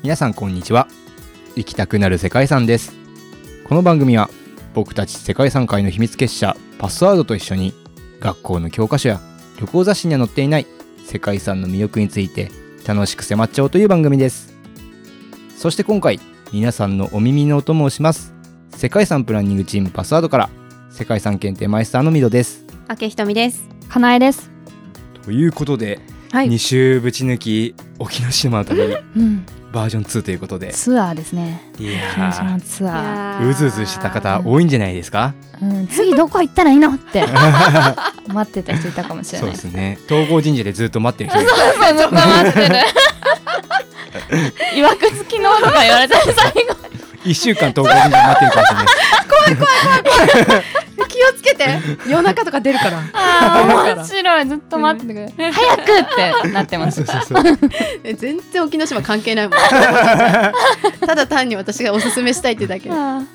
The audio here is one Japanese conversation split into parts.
皆さんこんにちは。行きたくなる世界遺産です。この番組は僕たち世界遺産界の秘密結社パスワードと一緒に学校の教科書や旅行雑誌には載っていない世界遺産の魅力について楽しく迫っちゃおうという番組です。そして今回皆さんのお耳のお供をします。世界遺産プランニングチームパスワードから世界遺産検定マイスターのミドです。 明ひとみです。 かなえです。 ということで、 はい、 2週ぶち抜き沖ノ島の旅、バージョン2ということでツアーですね。 いや沖ノ島ツアうずうずしてた方多いんじゃないですか、 次どこ行ったらいいのって待ってた人いたかもしれない。 そうですね。東郷神社でずっと待ってる人いるずっと待ってるいわくつきのとか言われたら最後 1週間東郷神社で待ってるかもしれない気をつけて夜中とか出るから面白い。ずっと待っててくれ、早くってなってます。 そう全然沖ノ島関係ないもんただ単に私がおすすめしたいってだけで、はい、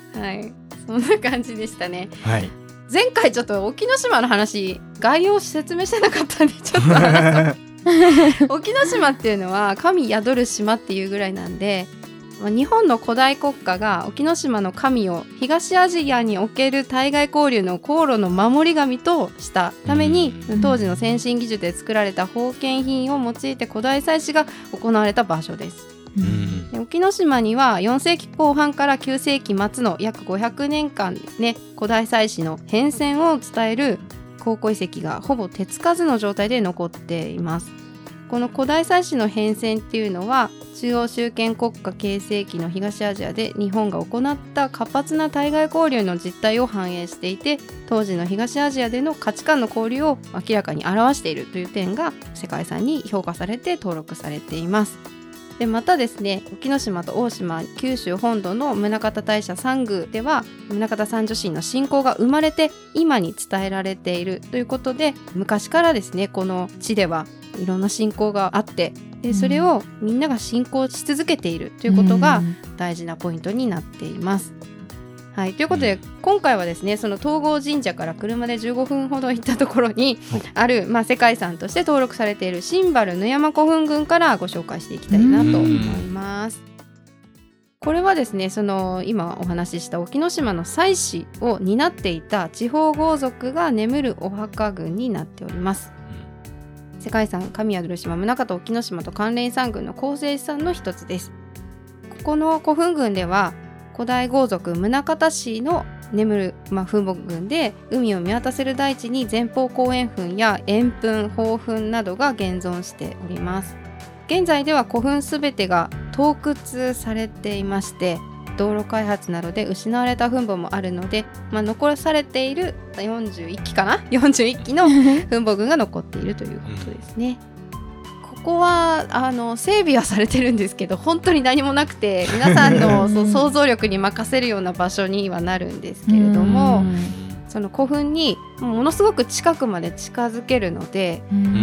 そんな感じでしたね。 はい、 前回ちょっと沖ノ島の話概要を説明してなかったんでちょっと話そう沖ノ島っていうのは神宿る島っていうぐらいなんで、日本の古代国家が沖ノ島の神を東アジアにおける対外交流の航路の守り神としたために、当時の先進技術で作られた宝剣品を用いて古代祭祀が行われた場所です。で沖ノ島には4世紀後半から9世紀末の約500年間ですね、古代祭祀の変遷を伝える考古遺跡がほぼ手つかずの状態で残っています。この古代祭祀の変遷っていうのは中央集権国家形成期の東アジアで日本が行った活発な対外交流の実態を反映していて、当時の東アジアでの価値観の交流を明らかに表しているという点が世界遺産に評価されて登録されています。でまたですね、沖ノ島と大島、九州本土の宗像大社参宮では宗像三女神の信仰が生まれて今に伝えられているということで、昔からですねこの地ではいろんな信仰があって、でそれをみんなが信仰し続けているということが大事なポイントになっています。はい、ということで今回はですね、その東郷神社から車で15分ほど行ったところにある、世界遺産として登録されている新原沼山古墳群からご紹介していきたいなと思います。これはですね、その今お話しした沖ノ島の祭祀を担っていた地方豪族が眠るお墓群になっております。世界遺産神宿る島、宗像沖ノ島と関連遺産群の構成資産の一つです。ここの古墳群では古代豪族宗像氏の眠る、墳墓群で海を見渡せる大地に前方後円墳や円墳、宝墳などが現存しております。現在では古墳すべてが盗掘されていまして、道路開発などで失われた墳墓もあるので、残されている41基かな41基の墳墓群が残っているということですね。ここは整備はされてるんですけど本当に何もなくて、皆さんの想像力に任せるような場所にはなるんですけれども、その古墳にものすごく近くまで近づけるので、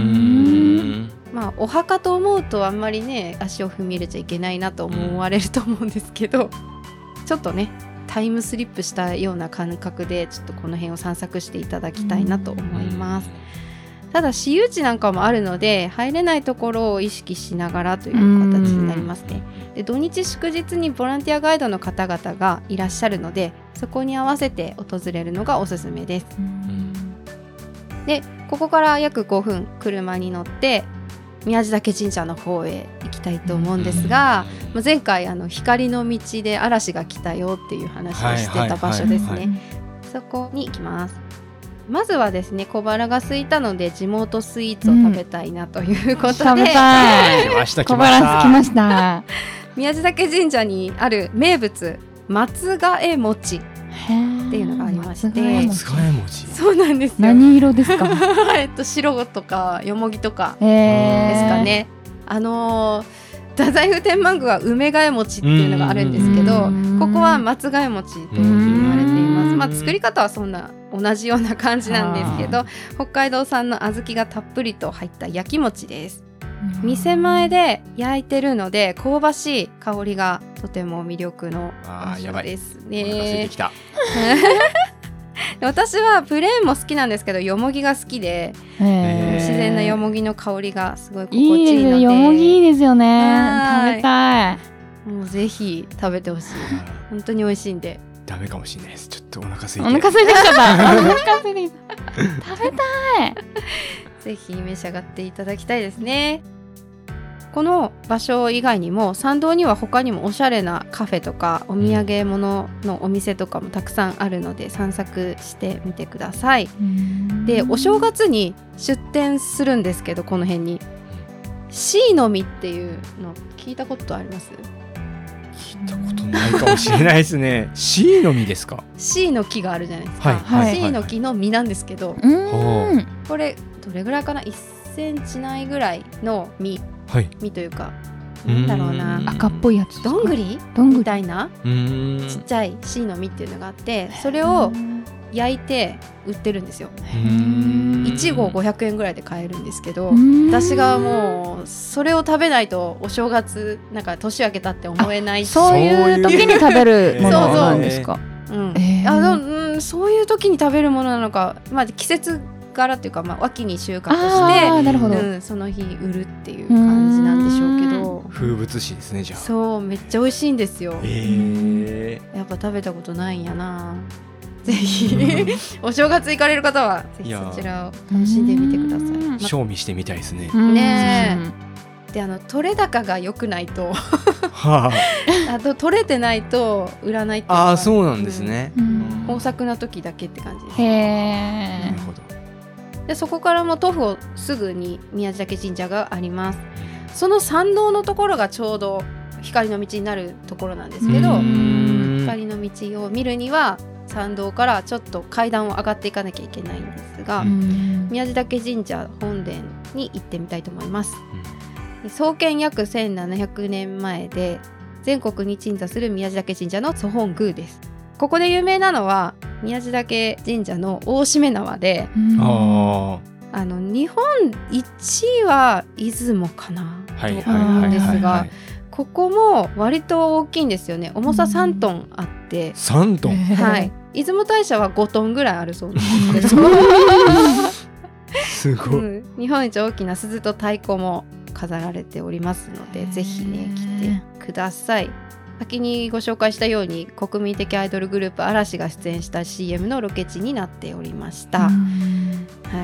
お墓と思うとあんまりね足を踏み入れちゃいけないなと思われると思うんですけど、ちょっとねタイムスリップしたような感覚でちょっとこの辺を散策していただきたいなと思います。ただ私有地なんかもあるので入れないところを意識しながらという形になりますね。で土日祝日にボランティアガイドの方々がいらっしゃるので、そこに合わせて訪れるのがおすすめです。でここから約5分車に乗って宮地嶽神社の方へ行きたいと思うんですが、前回光の道で嵐が来たよっていう話をしてた場所ですね。そこに行きます。まずはですね、小腹が空いたので地元スイーツを食べたいなということで、 食べたい。 来ました小腹空きました宮地嶽神社にある名物松替え餅っていうのがありまして、 松替え餅、 そうなんですよ。 何色ですか白とかよもぎとかですかね。太宰府天満宮は梅替え餅っていうのがあるんですけど、ここは松替え餅と言われています。作り方はそんな同じような感じなんですけど、北海道産の小豆がたっぷりと入った焼き餅です。店前で焼いてるので香ばしい香りがとても魅力の場所ですね。 お腹空いてきた私はプレーンも好きなんですけどよもぎが好きで、自然なよもぎの香りがすごい心地いいので、 いいですよ、よもぎいいですよね。食べたい。 もうぜひ食べてほしい。本当に美味しいんで。 ダメかもしれないです。ちょっとお腹空いて。 お腹空いてきちゃったお腹空いてきた食べたい。 ぜひ召し上がっていただきたいですね。この場所以外にも参道には他にもおしゃれなカフェとかお土産物のお店とかもたくさんあるので散策してみてください。でお正月に出店するんですけど、この辺にシイの実っていうの聞いたことあります？ 聞いたことないかもしれないですね。シイの実ですか？ シイの木があるじゃないですか、 はいシイの木の実なんですけど、これどれぐらいかな、1センチないぐらいの実、 はい、 実というかなんだろうな、 赤っぽいやつ、 どんぐりみたいなちっちゃいシイの実っていうのがあって、それを焼いて売ってるんですよ。1合500円ぐらいで買えるんですけど、私がもうそれを食べないとお正月なんか年明けたって思えない。 そういう時に食べるものなんですか？ そういう時に食べるものなのか、まあ、季節柄っていうか、まあ、秋に収穫してなるほど、 その日売るっていう感じなんでしょうけど、 風物詩ですね。じゃあそうめっちゃ美味しいんですよ。やっぱ食べたことないんやな。ぜひお正月行かれる方はぜひそちらを楽しんでみてください。 賞味してみたいですね。 ねえ。で取れ高が良くないとあと取れてないと売らないっていうか。 あ、そうなんですね。 豊作な時だけって感じです。 なるほど。 でそこからも徒歩すぐに宮地嶽神社があります。その参道のところがちょうど光の道になるところなんですけど、光の道を見るには参道からちょっと階段を上がっていかなきゃいけないんですが、宮地嶽神社本殿に行ってみたいと思います。創建約1700年前で全国に鎮座する宮地嶽神社の総本宮です。ここで有名なのは宮地嶽神社の大しめ縄で、日本1位は出雲かなと思うんですが、ここも割と大きいんですよね。重さ3トンあって、 3トン、 はい、出雲大社は5トンぐらいあるそうなんですけどすごい、 日本一大きな鈴と太鼓も飾られておりますので、ぜひね来てください。先にご紹介したように国民的アイドルグループ嵐が出演した CM のロケ地になっておりました。はい、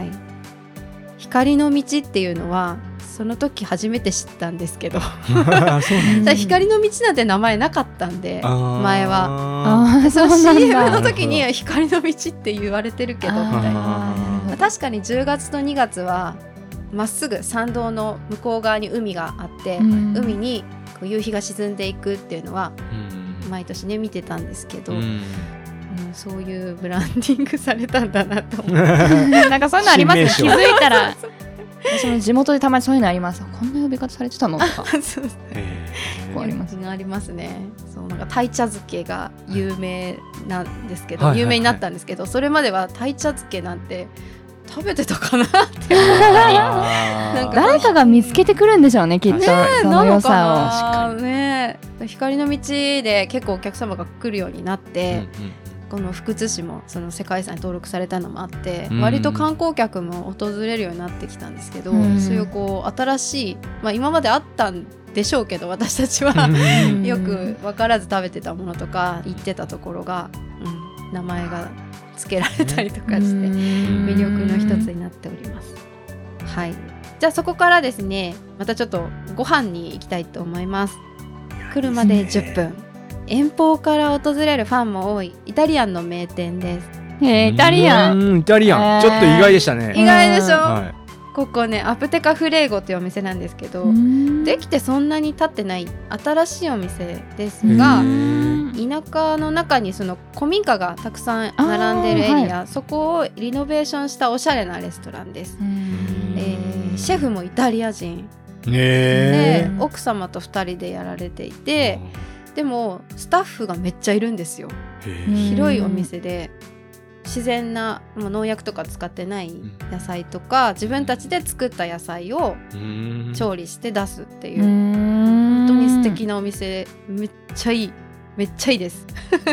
光の道っていうのはその時初めて知ったんですけど光の道なんて名前なかったんで、前はその CM の時に光の道って言われてるけどみたいな。確かに10月と2月はまっすぐ参道の向こう側に海があって、海に夕日が沈んでいくっていうのは毎年ね見てたんですけど、そういうブランディングされたんだなと思ってなんかそういうのありますね。気づいたらその地元でたまにそういうのあります。こんな呼び方されてたのとかありますね。ありますね。そうなんか鯛茶漬けが有名なんですけど、有名になったんですけど、それまでは鯛茶漬けなんて食べてたかなってなんか誰かが見つけてくるんでしょうね、きっと、その良さを。 ね、光の道で結構お客様が来るようになって、この福津市もその世界遺産に登録されたのもあって、割と観光客も訪れるようになってきたんですけど、そういうこう新しい、今まであったんでしょうけど私たちはよく分からず食べてたものとか行ってたところが、名前が付けられたりとかして魅力の一つになっております。はい、じゃあそこからですね、またちょっとご飯に行きたいと思います。車で10分、遠方から訪れるファンも多いイタリアンの名店です。 イタリアン、 イタリアン、ちょっと意外でしたね。 意外でしょ、ここねアプテカフレーゴというお店なんですけど、できてそんなに経ってない新しいお店ですが、田舎の中にその古民家がたくさん並んでるエリア、そこをリノベーションしたおしゃれなレストランです。シェフもイタリア人で、奥様と2人でやられていて、でもスタッフがめっちゃいるんですよ。広いお店で自然な農薬とか使ってない野菜とか、自分たちで作った野菜を調理して出すっていう、本当に素敵なお店、めっちゃいい、めっちゃいいです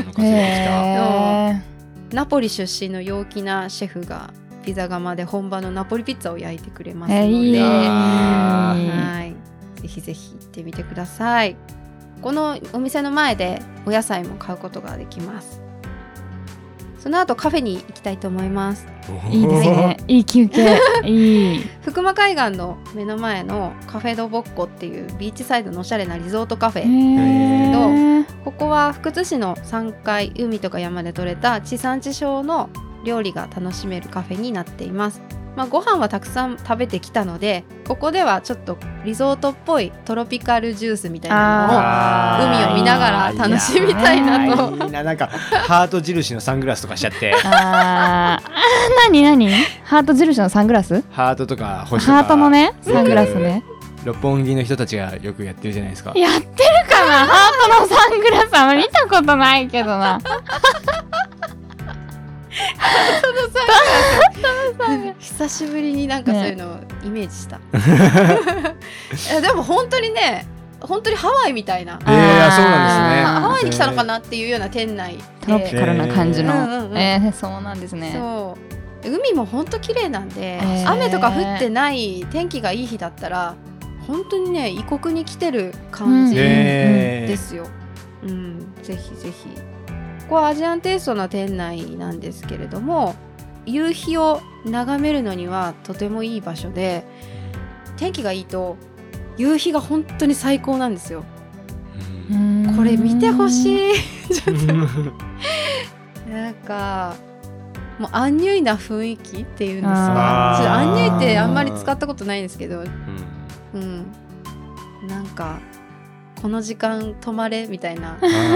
ナポリ出身の陽気なシェフがピザ窯で本場のナポリピッツァを焼いてくれますので、はい、ぜひぜひ行ってみてください。 このお店の前でお野菜も買うことができます。その後カフェに行きたいと思います。 いいですね。いい休憩。いい。 福間海岸の目の前のカフェドボッコっていうビーチサイドのおしゃれなリゾートカフェ、ここは福津市の山海、海とか山で採れた地産地消の料理が楽しめるカフェになっています。ご飯はたくさん食べてきたので、ここではちょっとリゾートっぽいトロピカルジュースみたいなのを海を見ながら楽しみたいなと。 いいな、なんかハート印のサングラスとかしちゃって何ハート印のサングラス、 ハートとか星とかハートのねサングラスね。 六本木の人たちがよくやってるじゃないですか。 やってるかな。ハートのサングラスは見たことないけどな。 久しぶりになんかそういうのをイメージした、でも本当にね、本当にハワイみたいな、 そうなんですね。 ハワイに来たのかなっていうような店内でトロピカルな感じの、 そうなんですね。 そう海も本当綺麗なんで、雨とか降ってない天気がいい日だったら本当にね異国に来てる感じですよ、ぜひぜひ。ここはアジアンテイストな店内なんですけれども、夕日を眺めるのにはとてもいい場所で、天気がいいと夕日が本当に最高なんですよ。これ見てほしい。ちょっとなんかもうアンニュイな雰囲気っていうんですか。アンニュイってあんまり使ったことないんですけど、なんかこの時間泊まれみたいな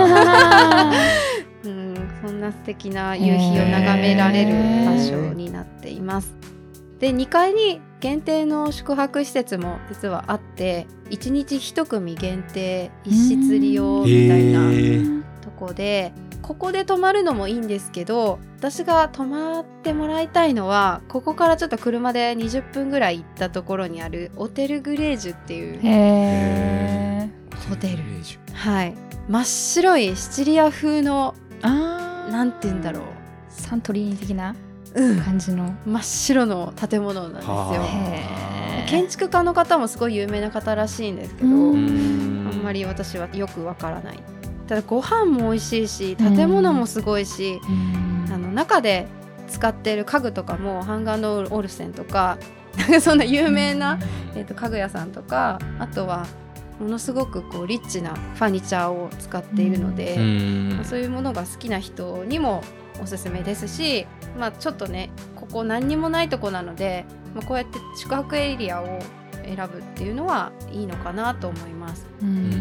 そんな素敵な夕日を眺められる場所になっています。で、2階に限定の宿泊施設も実はあって、1日1組限定一室利用みたいなとこで、ここで泊まるのもいいんですけど、私が泊まってもらいたいのはここからちょっと車で20分ぐらい行ったところにあるオテルグレージュっていうホテル、はい、真っ白いシチリア風のなんて言うんだろう、 サントリー的な感じの、 真っ白の建物なんですよ。建築家の方もすごい有名な方らしいんですけど、あんまり私はよくわからない。ただご飯も美味しいし、建物もすごいし、中で使ってる家具とかもハンガーノールセンとかそんな有名な、家具屋さんとか、あとはものすごくこうリッチなファニチャーを使っているので、そういうものが好きな人にもおすすめですし、ちょっとねここ何にもないとこなので、こうやって宿泊エリアを選ぶっていうのはいいのかなと思います。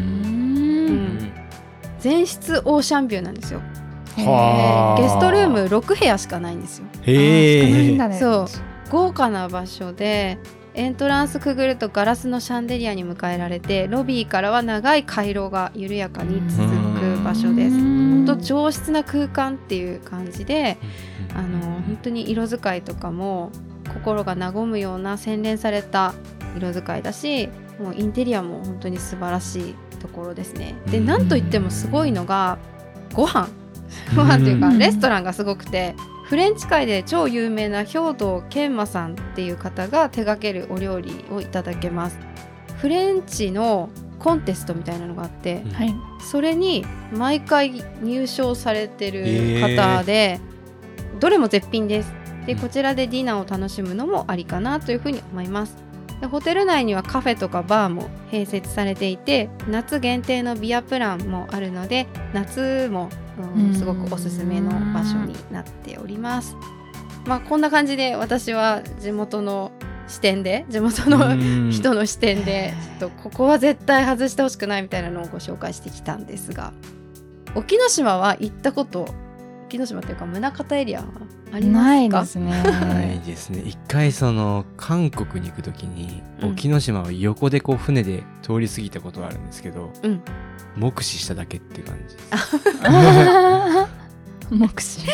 全室オーシャンビューなんですよ。ゲストルーム6部屋しかないんですよ。そう豪華な場所で、エントランスくぐるとガラスのシャンデリアに迎えられて、ロビーからは長い回廊が緩やかに続く場所です。本当上質な空間っていう感じで、本当に色使いとかも心が和むような洗練された色使いだし、もうインテリアも本当に素晴らしいところですね。で、なんといってもすごいのがご飯というかレストランがすごくて、フレンチ界で超有名な兵藤健馬さんっていう方が手掛けるお料理をいただけます。フレンチのコンテストみたいなのがあって、それに毎回入賞されてる方で、どれも絶品です。で、こちらでディナーを楽しむのもありかなというふうに思います。で、ホテル内にはカフェとかバーも併設されていて、夏限定のビアプランもあるので、夏もすごくおすすめの場所になっております。こんな感じで私は地元の視点で、地元の人の視点でちょっとここは絶対外してほしくないみたいなのをご紹介してきたんですが、沖ノ島は行ったこと、沖ノ島というか宗像エリアはありますか？ ないですね。 ないですね。一回韓国に行くときに、沖ノ島を横でこう船で通り過ぎたことがあるんですけど、目視しただけっていう感じです。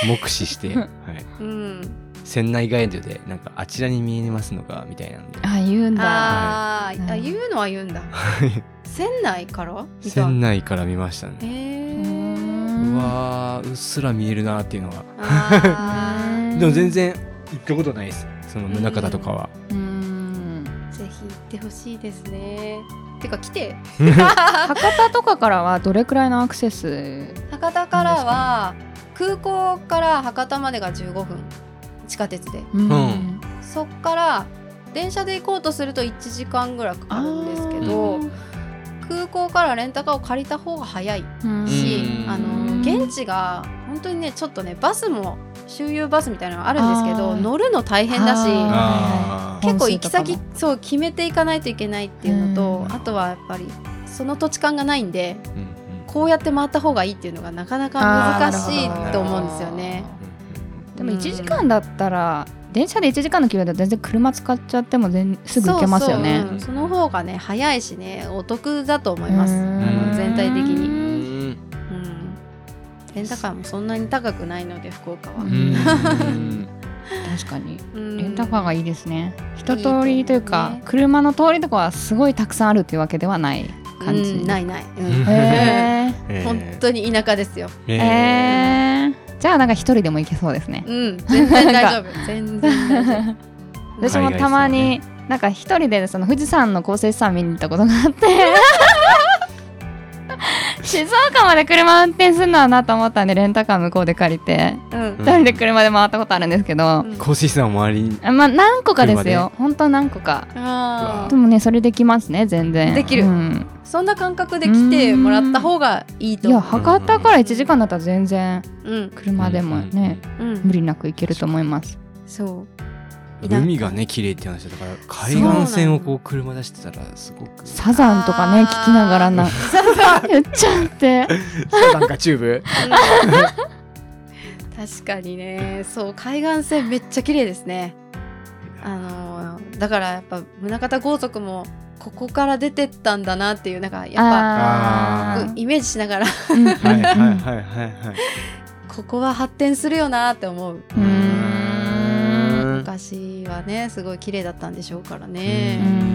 目視して、船内ガイドでなんかあちらに見えますのかみたいなんで。 言うんだ。 言うのは言うんだ。船内から船内から見ましたね。うわー、うっすら見えるなっていうのは。でも全然行ったことないです、その宗像とかは。 ぜひ行ってほしいですね。 てか来て。 博多とかからはどれくらいのアクセス？ 博多からは空港から博多までが15分地下鉄で、 うんそっから電車で行こうとすると1時間ぐらいかかるんですけど、空港からレンタカーを借りた方が早いし、現地が本当にねちょっとねバスも周遊バスみたいなのがあるんですけど、乗るの大変だし、結構行き先そう決めていかないといけないっていうのと、あとはやっぱりその土地勘がないんで、こうやって回った方がいいっていうのがなかなか難しいと思うんですよね。 でも1時間だったら、電車で1時間の距離だと全然車使っちゃってもすぐ行けますよね。 そう、その方がね早いしねお得だと思います。全体的に、レンタカーもそんなに高くないので福岡は。 確かにレンタカーがいいですね。一通りというか、車の通りとかはすごいたくさんあるっていうわけではない感じ。 ないない、本当に田舎ですよ。 じゃあなんか一人でも行けそうですね。 全然大丈夫。全然大丈夫。 私もたまになんか一人でその富士山の高低差見に行ったことがあって静岡まで車運転するのはなと思ったんでレンタカー向こうで借りて一人で車で回ったことあるんですけど、 高低差の周りにまあ何個かですよ。本当何個か。でもねそれできますね。全然できる。そんな感覚で来てもらった方がいいと思う。 いや博多から1時間だったら全然車でもね無理なく行けると思います。 そう海がね綺麗って話だから海岸線をこう車出してたらすごくサザンとかね聞きながら言っちゃってサザンかチューブ確かにね。そう海岸線めっちゃ綺麗ですね。だからやっぱ宗像豪族もここから出てったんだなっていうなんかやっぱイメージしながらここは発展するよなって思う。昔はねすごい綺麗だったんでしょうからね。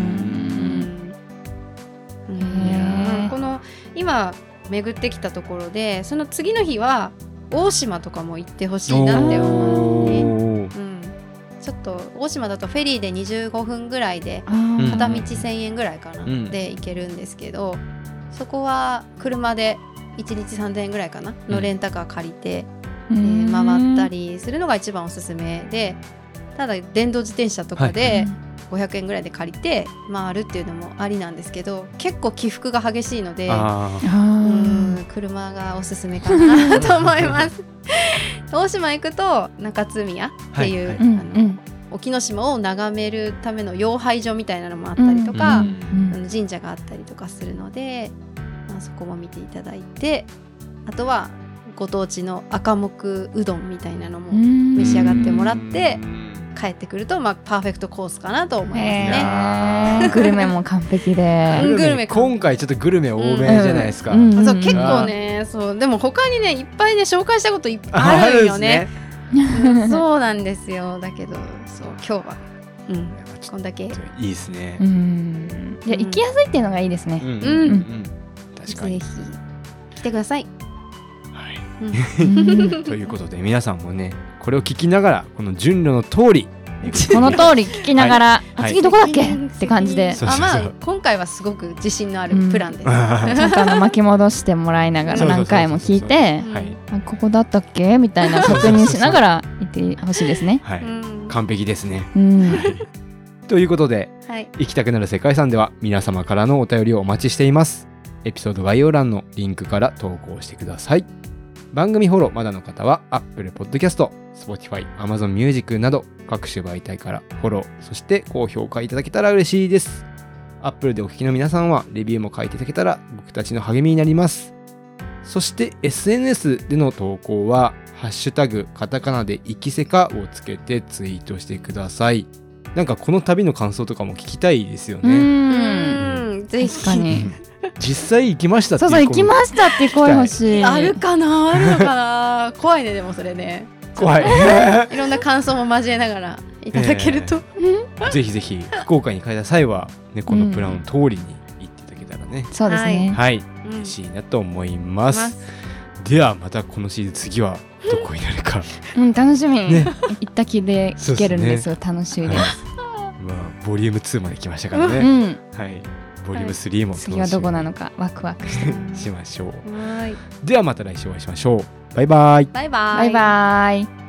この今巡ってきたところでその次の日は大島とかも行ってほしいなって思うね。ちょっと大島だとフェリーで25分ぐらいで片道1000円ぐらいかな、で行けるんですけど、そこは車で1日3000円ぐらいかなのレンタカー借りて、回ったりするのが一番おすすめで、ただ電動自転車とかで500円ぐらいで借りて回るっていうのもありなんですけど、結構起伏が激しいので車がおすすめかなと思います大島行くと中津宮っていう、沖ノ島を眺めるための養廃所みたいなのもあったりとか、神社があったりとかするので、そこも見ていただいて、あとはご当地の赤木うどんみたいなのも召し上がってもらって帰ってくると、パーフェクトコースかなと思いますね。 グルメも完璧で今回ちょっとグルメ多めじゃないですか。 そう結構ね、そうでも他にねいっぱいね紹介したこといっぱいあるよね。そうなんですよ。だけどそう今日は、こんだけいいですね。 いや行きやすいっていうのがいいですね。 確かにぜひ来てください。 ということで皆さんもねこれを聞きながらこの順路の通りこの通り聞きながら、次どこだっけって感じで、 今回はすごく自信のあるプランです。ちゃんと巻き戻してもらいながら何回も聞いて、ここだったっけみたいな確認しながら行ってほしいですね。 完璧ですね。ということで、行きたくなる世界遺産では皆様からのお便りをお待ちしています。エピソード概要欄のリンクから投稿してください。番組フォローまだの方は Apple Podcast、Spotify、Amazon Music など各種媒体からフォロー、そして高評価いただけたら嬉しいです。Apple でお聞きの皆さんはレビューも書いていただけたら僕たちの励みになります。そして SNS での投稿はハッシュタグカタカナでイキセカをつけてツイートしてください。なんかこの旅の感想とかも聞きたいですよね。 ぜひ。 確かに実際行きましたって行きましたって声欲しい。 あるかなあるのかな怖いね。でもそれね怖いいろんな感想も交えながらいただけると、 ぜひぜひ福岡に帰った際は、ね、このプランの通りに行っていただけたらね、 そうですね、 嬉しいなと思います。ではまたこのシーズン次はどこになるか楽しみに、行った気で聞けるんですよ。楽しみです。 ボリューム2まで来ましたからね。 ボリューム3も楽しみ次はどこなのかワクワクしてしましょう。 はい、 ではまた来週お会いしましょう。バイバイ。 バイバイ。 バイバイ。